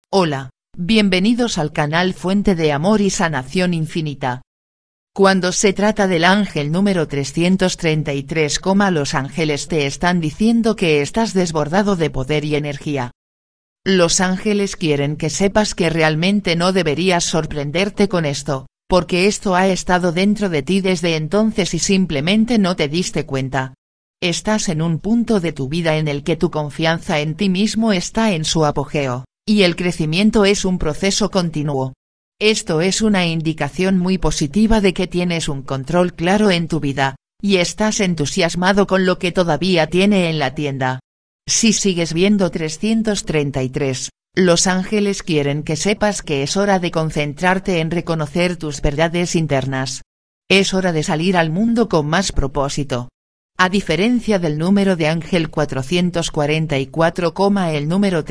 Hola, bienvenidos al canal Fuente de Amor y Sanación Infinita. Cuando se trata del ángel número 333, los ángeles te están diciendo que estás desbordado de poder y energía. Los ángeles quieren que sepas que realmente no deberías sorprenderte con esto, porque esto ha estado dentro de ti desde entonces y simplemente no te diste cuenta. Estás en un punto de tu vida en el que tu confianza en ti mismo está en su apogeo, y el crecimiento es un proceso continuo. Esto es una indicación muy positiva de que tienes un control claro en tu vida, y estás entusiasmado con lo que todavía tiene en la tienda. Si sigues viendo 333, los ángeles quieren que sepas que es hora de concentrarte en reconocer tus verdades internas. Es hora de salir al mundo con más propósito. A diferencia del número de ángel 444, el número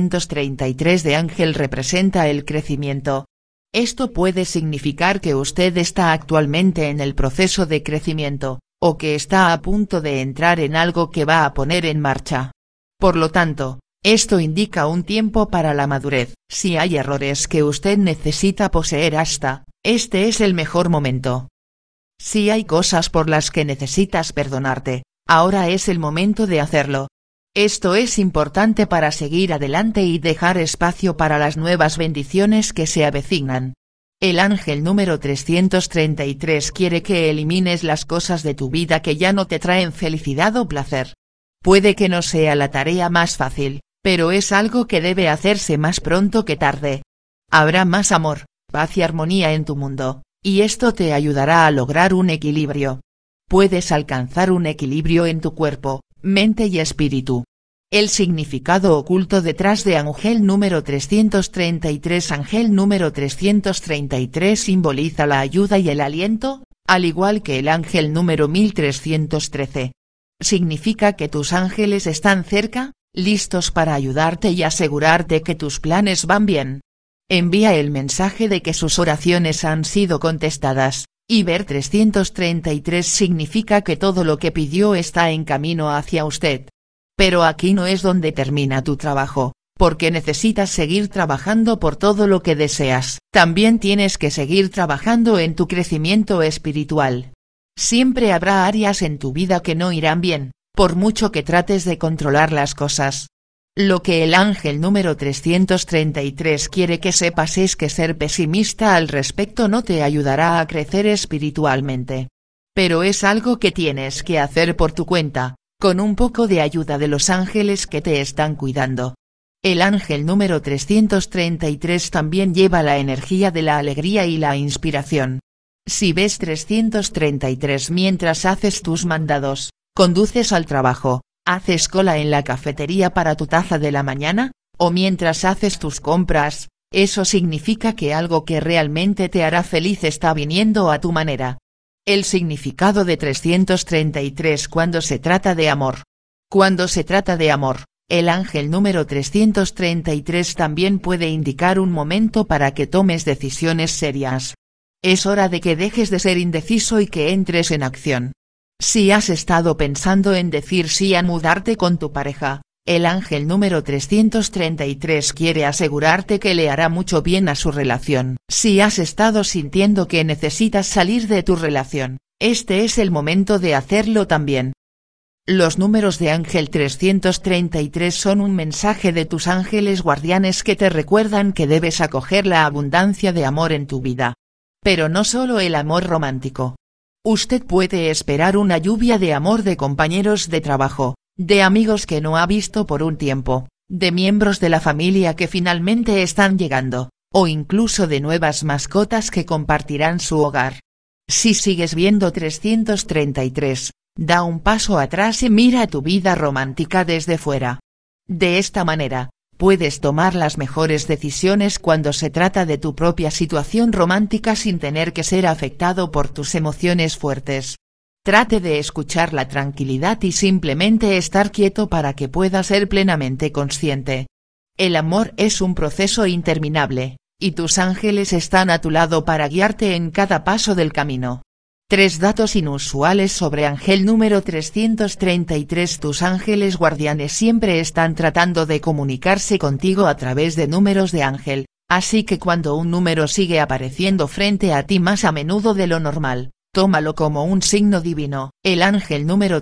333 de ángel representa el crecimiento. Esto puede significar que usted está actualmente en el proceso de crecimiento, o que está a punto de entrar en algo que va a poner en marcha. Por lo tanto, esto indica un tiempo para la madurez. Si hay errores que usted necesita poseer este es el mejor momento. Si hay cosas por las que necesitas perdonarte, ahora es el momento de hacerlo. Esto es importante para seguir adelante y dejar espacio para las nuevas bendiciones que se avecinan. El ángel número 333 quiere que elimines las cosas de tu vida que ya no te traen felicidad o placer. Puede que no sea la tarea más fácil, pero es algo que debe hacerse más pronto que tarde. Habrá más amor, paz y armonía en tu mundo, y esto te ayudará a lograr un equilibrio. Puedes alcanzar un equilibrio en tu cuerpo, mente y espíritu. El significado oculto detrás de ángel número 333. Ángel número 333 simboliza la ayuda y el aliento, al igual que el ángel número 1313. Significa que tus ángeles están cerca, listos para ayudarte y asegurarte que tus planes van bien. Envía el mensaje de que sus oraciones han sido contestadas, y ver 333 significa que todo lo que pidió está en camino hacia usted. Pero aquí no es donde termina tu trabajo, porque necesitas seguir trabajando por todo lo que deseas. También tienes que seguir trabajando en tu crecimiento espiritual. Siempre habrá áreas en tu vida que no irán bien, por mucho que trates de controlar las cosas. Lo que el ángel número 333 quiere que sepas es que ser pesimista al respecto no te ayudará a crecer espiritualmente. Pero es algo que tienes que hacer por tu cuenta, con un poco de ayuda de los ángeles que te están cuidando. El ángel número 333 también lleva la energía de la alegría y la inspiración. Si ves 333 mientras haces tus mandados, conduces al trabajo, haces cola en la cafetería para tu taza de la mañana, o mientras haces tus compras, eso significa que algo que realmente te hará feliz está viniendo a tu manera. El significado de 333 cuando se trata de amor. Cuando se trata de amor, el ángel número 333 también puede indicar un momento para que tomes decisiones serias. Es hora de que dejes de ser indeciso y que entres en acción. Si has estado pensando en decir sí a mudarte con tu pareja, el ángel número 333 quiere asegurarte que le hará mucho bien a su relación. Si has estado sintiendo que necesitas salir de tu relación, este es el momento de hacerlo también. Los números de ángel 333 son un mensaje de tus ángeles guardianes que te recuerdan que debes acoger la abundancia de amor en tu vida. Pero no solo el amor romántico. Usted puede esperar una lluvia de amor de compañeros de trabajo, de amigos que no ha visto por un tiempo, de miembros de la familia que finalmente están llegando, o incluso de nuevas mascotas que compartirán su hogar. Si sigues viendo 333, da un paso atrás y mira tu vida romántica desde fuera. De esta manera, puedes tomar las mejores decisiones cuando se trata de tu propia situación romántica sin tener que ser afectado por tus emociones fuertes. Trate de escuchar la tranquilidad y simplemente estar quieto para que pueda ser plenamente consciente. El amor es un proceso interminable, y tus ángeles están a tu lado para guiarte en cada paso del camino. 3 datos inusuales sobre ángel número 333. Tus ángeles guardianes siempre están tratando de comunicarse contigo a través de números de ángel, así que cuando un número sigue apareciendo frente a ti más a menudo de lo normal, tómalo como un signo divino. El ángel número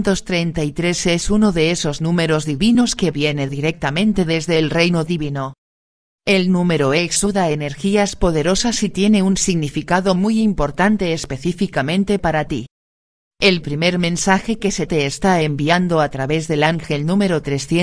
333 es uno de esos números divinos que viene directamente desde el reino divino. El número exuda energías poderosas y tiene un significado muy importante específicamente para ti. El primer mensaje que se te está enviando a través del ángel número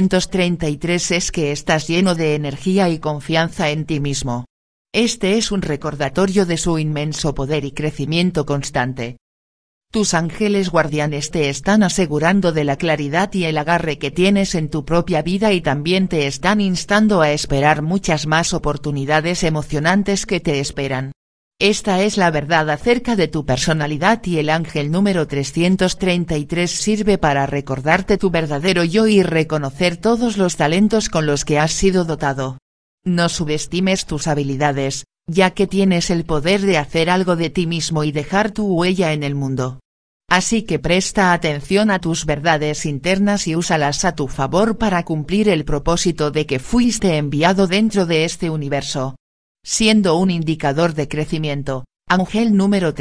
333 es que estás lleno de energía y confianza en ti mismo. Este es un recordatorio de su inmenso poder y crecimiento constante. Tus ángeles guardianes te están asegurando de la claridad y el agarre que tienes en tu propia vida y también te están instando a esperar muchas más oportunidades emocionantes que te esperan. Esta es la verdad acerca de tu personalidad y el ángel número 333 sirve para recordarte tu verdadero yo y reconocer todos los talentos con los que has sido dotado. No subestimes tus habilidades, ya que tienes el poder de hacer algo de ti mismo y dejar tu huella en el mundo. Así que presta atención a tus verdades internas y úsalas a tu favor para cumplir el propósito de que fuiste enviado dentro de este universo. Siendo un indicador de crecimiento, ángel número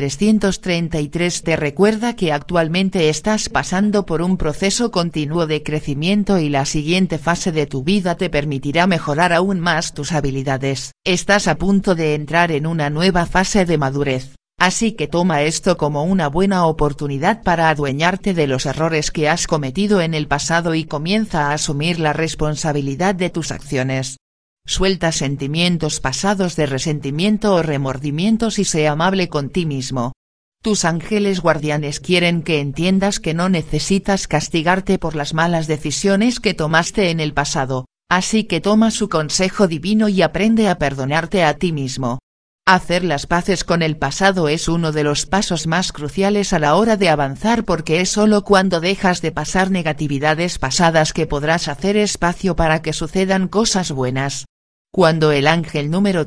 333 te recuerda que actualmente estás pasando por un proceso continuo de crecimiento y la siguiente fase de tu vida te permitirá mejorar aún más tus habilidades. Estás a punto de entrar en una nueva fase de madurez. Así que toma esto como una buena oportunidad para adueñarte de los errores que has cometido en el pasado y comienza a asumir la responsabilidad de tus acciones. Suelta sentimientos pasados de resentimiento o remordimientos y sé amable con ti mismo. Tus ángeles guardianes quieren que entiendas que no necesitas castigarte por las malas decisiones que tomaste en el pasado, así que toma su consejo divino y aprende a perdonarte a ti mismo. Hacer las paces con el pasado es uno de los pasos más cruciales a la hora de avanzar porque es solo cuando dejas de pasar negatividades pasadas que podrás hacer espacio para que sucedan cosas buenas. Cuando el ángel número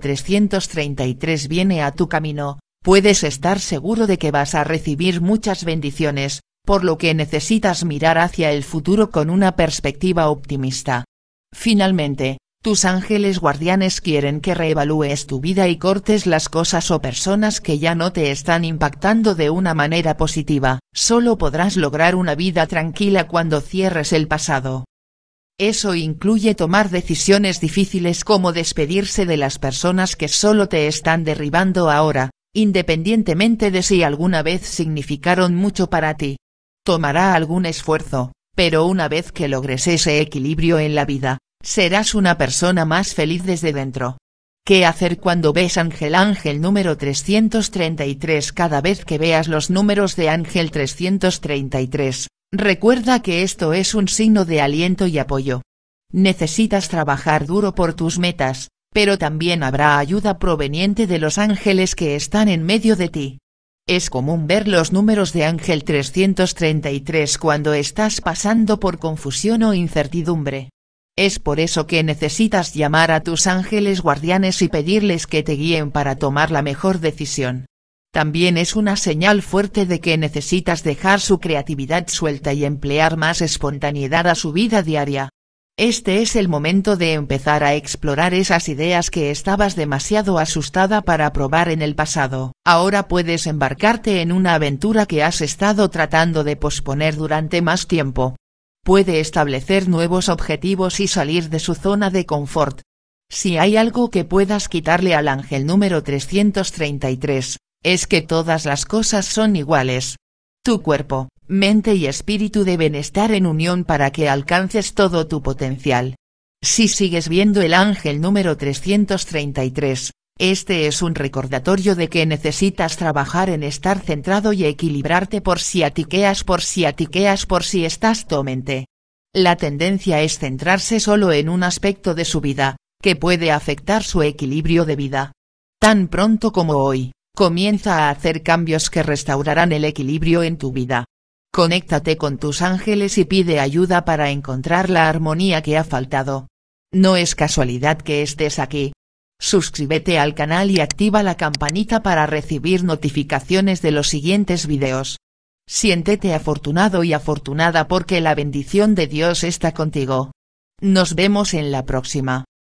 333 viene a tu camino, puedes estar seguro de que vas a recibir muchas bendiciones, por lo que necesitas mirar hacia el futuro con una perspectiva optimista. Finalmente, tus ángeles guardianes quieren que reevalúes tu vida y cortes las cosas o personas que ya no te están impactando de una manera positiva. Solo podrás lograr una vida tranquila cuando cierres el pasado. Eso incluye tomar decisiones difíciles como despedirse de las personas que solo te están derribando ahora, independientemente de si alguna vez significaron mucho para ti. Tomará algún esfuerzo, pero una vez que logres ese equilibrio en la vida, serás una persona más feliz desde dentro. ¿Qué hacer cuando ves ángel número 333? Cada vez que veas los números de ángel 333, recuerda que esto es un signo de aliento y apoyo. Necesitas trabajar duro por tus metas, pero también habrá ayuda proveniente de los ángeles que están en medio de ti. Es común ver los números de ángel 333 cuando estás pasando por confusión o incertidumbre. Es por eso que necesitas llamar a tus ángeles guardianes y pedirles que te guíen para tomar la mejor decisión. También es una señal fuerte de que necesitas dejar su creatividad suelta y emplear más espontaneidad a su vida diaria. Este es el momento de empezar a explorar esas ideas que estabas demasiado asustada para probar en el pasado. Ahora puedes embarcarte en una aventura que has estado tratando de posponer durante más tiempo. Puede establecer nuevos objetivos y salir de su zona de confort. Si hay algo que puedas quitarle al ángel número 333, es que todas las cosas son iguales. Tu cuerpo, mente y espíritu deben estar en unión para que alcances todo tu potencial. Si sigues viendo el ángel número 333, este es un recordatorio de que necesitas trabajar en estar centrado y equilibrarte por si estás tu mente. La tendencia es centrarse solo en un aspecto de su vida, que puede afectar su equilibrio de vida. Tan pronto como hoy, comienza a hacer cambios que restaurarán el equilibrio en tu vida. Conéctate con tus ángeles y pide ayuda para encontrar la armonía que ha faltado. No es casualidad que estés aquí. Suscríbete al canal y activa la campanita para recibir notificaciones de los siguientes videos. Siéntete afortunado y afortunada porque la bendición de Dios está contigo. Nos vemos en la próxima.